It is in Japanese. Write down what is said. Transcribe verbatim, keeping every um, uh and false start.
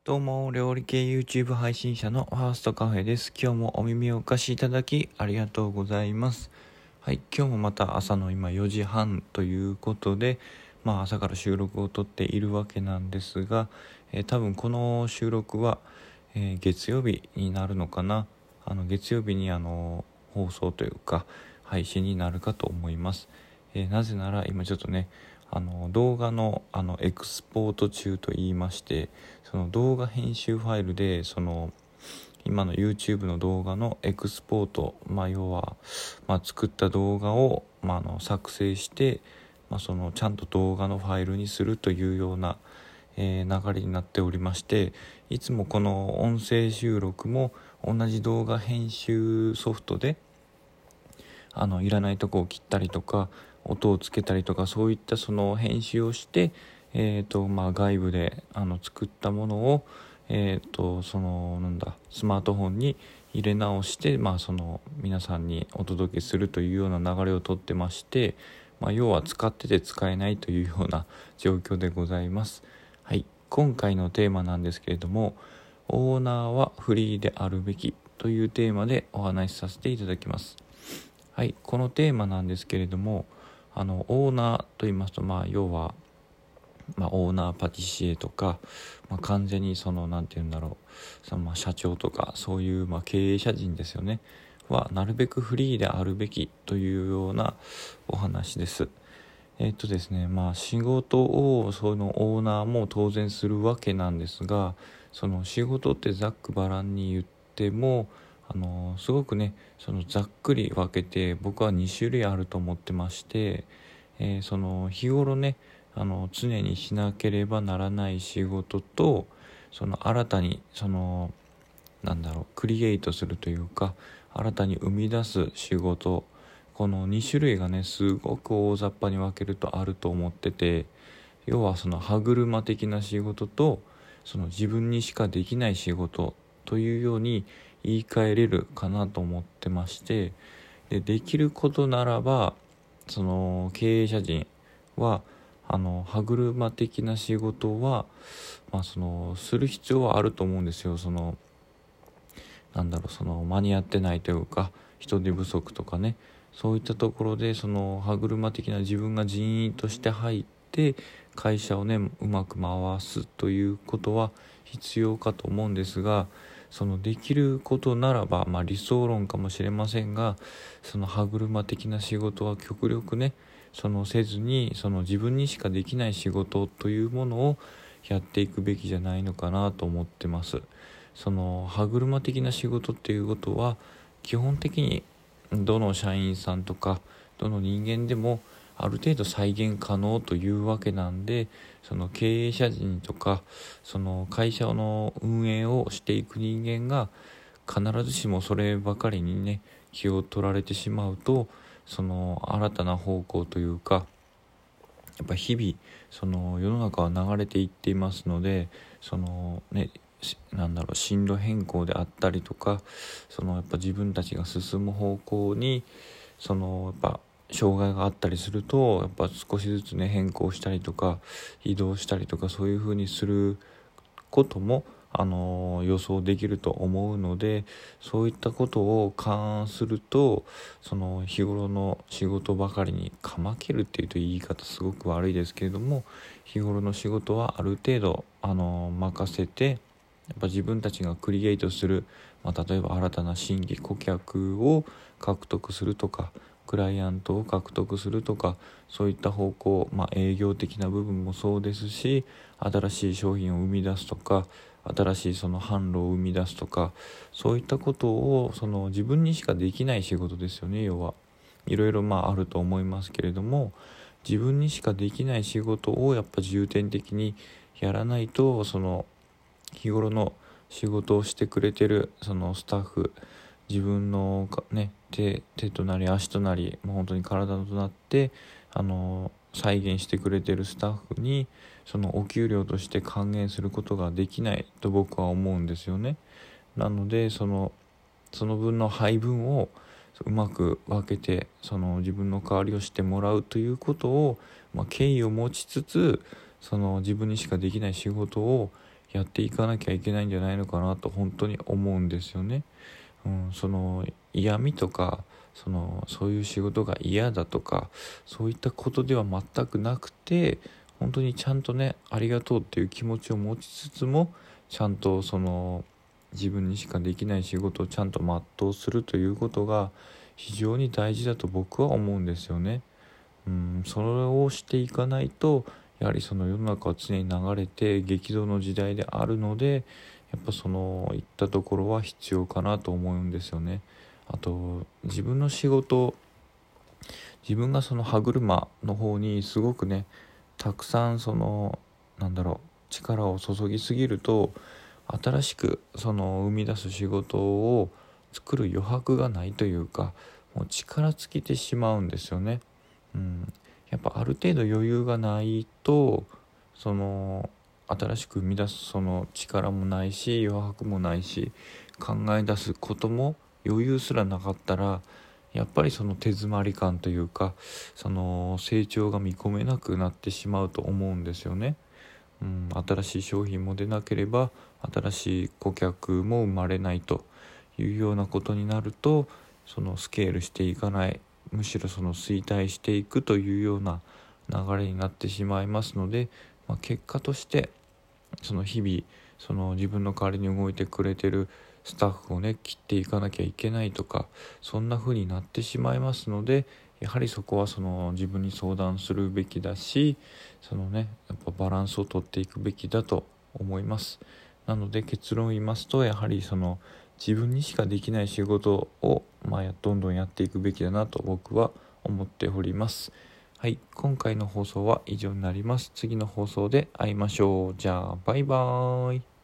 どうも、料理系 YouTube 配信者のファーストカフェです。今日もお耳をお貸しいただきありがとうございます。はい、今日もまた朝の今よじはんということで、まあ朝から収録をとっているわけなんですが、えー、多分この収録は、えー、月曜日になるのかな。あの月曜日にあの放送というか配信になるかと思います。えー、なぜなら今ちょっとね、あの動画のあのエクスポート中と言いまして、その動画編集ファイルでその今の YouTube の動画のエクスポート、まあ、要は、まあ、作った動画を、まあ、あの作成して、まあ、そのちゃんと動画のファイルにするというような、えー、流れになっておりまして、いつもこの音声収録も同じ動画編集ソフトであのいらないとこを切ったりとか音をつけたりとか、そういったその編集をして、えーとまあ、外部であの作ったものを、えーとそのなんだスマートフォンに入れ直して、まあ、その皆さんにお届けするというような流れをとってまして、まあ、要は使ってて使えないというような状況でございます。はい、今回のテーマなんですけれども、オーナーはフリーであるべきというテーマでお話しさせていただきます。はい、このテーマなんですけれども、あのオーナーと言いますと、まあ、要は、まあ、オーナーパティシエとか、まあ、完全にそのなんて言うんだろう、そのまあ社長とかそういう、まあ、経営者陣ですよねはなるべくフリーであるべきというようなお話です。えっとですねまあ仕事をそのオーナーも当然するわけなんですが、その仕事ってざっくばらんに言ってもあのすごくね、そのざっくり分けて僕はに種類あると思ってまして、えーその日頃ね、あの常にしなければならない仕事と、その新たにそのなんだろうクリエイトするというか新たに生み出す仕事、このに種類がねすごく大雑把に分けるとあると思ってて、要はその歯車的な仕事とその自分にしかできない仕事というように言い換えれるかなと思ってまして、でできることならばその経営者陣はあの歯車的な仕事は、まあ、そのする必要はあると思うんですよ。そのなんだろうその間に合ってないというか人手不足とかね、そういったところでその歯車的な自分が人員として入って会社をねうまく回すということは必要かと思うんですが、そのできることならば、まあ、理想論かもしれませんが、その歯車的な仕事は極力ねそのせずに、その自分にしかできない仕事というものをやっていくべきじゃないのかなと思ってます。その歯車的な仕事っていうことは基本的にどの社員さんとかどの人間でもある程度再現可能というわけなんで、その経営者陣とかその会社の運営をしていく人間が必ずしもそればかりにね気を取られてしまうと、その新たな方向というかやっぱ日々その世の中は流れていっていますので、そのねなんだろう進路変更であったりとか、そのやっぱ自分たちが進む方向にそのやっぱ障害があったりすると、やっぱ少しずつね変更したりとか移動したりとかそういう風にすることもあの予想できると思うので、そういったことを勘案すると、その日頃の仕事ばかりにかまけるっていうと言い方すごく悪いですけれども、日頃の仕事はある程度あの任せて、やっぱ自分たちがクリエイトする、まあ、例えば新たな新規顧客を獲得するとかクライアントを獲得するとか、そういった方向、まあ、営業的な部分もそうですし、新しい商品を生み出すとか新しいその販路を生み出すとか、そういったことをその自分にしかできない仕事ですよね。要はいろいろまああると思いますけれども、自分にしかできない仕事をやっぱ重点的にやらないと、その日頃の仕事をしてくれてるそのスタッフ、自分のね 手, 手となり足となり、もう本当に体となってあの再現してくれてるスタッフにそのお給料として還元することができないと僕は思うんですよね。なのでそのその分の配分をうまく分けて、その自分の代わりをしてもらうということを、まあ、敬意を持ちつつ、その自分にしかできない仕事をやっていかなきゃいけないんじゃないのかなと本当に思うんですよね。うん、その嫌味とかそのそういう仕事が嫌だとかそういったことでは全くなくて、本当にちゃんとねありがとうっていう気持ちを持ちつつも、ちゃんとその自分にしかできない仕事をちゃんと全うするということが非常に大事だと僕は思うんですよね。うん、それをしていかないとやはりその世の中は常に流れて激動の時代であるので、やっぱそのいったところは必要かなと思うんですよね。あと自分の仕事、自分がその歯車の方にすごくねたくさんそのなんだろう力を注ぎすぎると、新しくその生み出す仕事を作る余白がないというか、もう力尽きてしまうんですよね。うん、やっぱある程度余裕がないと、その新しく生み出すその力もないし余白もないし、考え出すことも余裕すらなかったら、やっぱりその手詰まり感というか、その成長が見込めなくなってしまうと思うんですよね。うん、新しい商品も出なければ新しい顧客も生まれないというようなことになると、そのスケールしていかない、むしろその衰退していくというような流れになってしまいますので、まあ、結果としてその日々その自分の代わりに動いてくれてるスタッフをね切っていかなきゃいけないとか、そんな風になってしまいますので、やはりそこはその自分に相談するべきだし、そのねやっぱバランスをとっていくべきだと思います。なので結論を言いますと、やはりその自分にしかできない仕事を、まあ、どんどんやっていくべきだなと僕は思っております。はい、今回の放送は以上になります。次の放送で会いましょう。じゃあバイバーイ。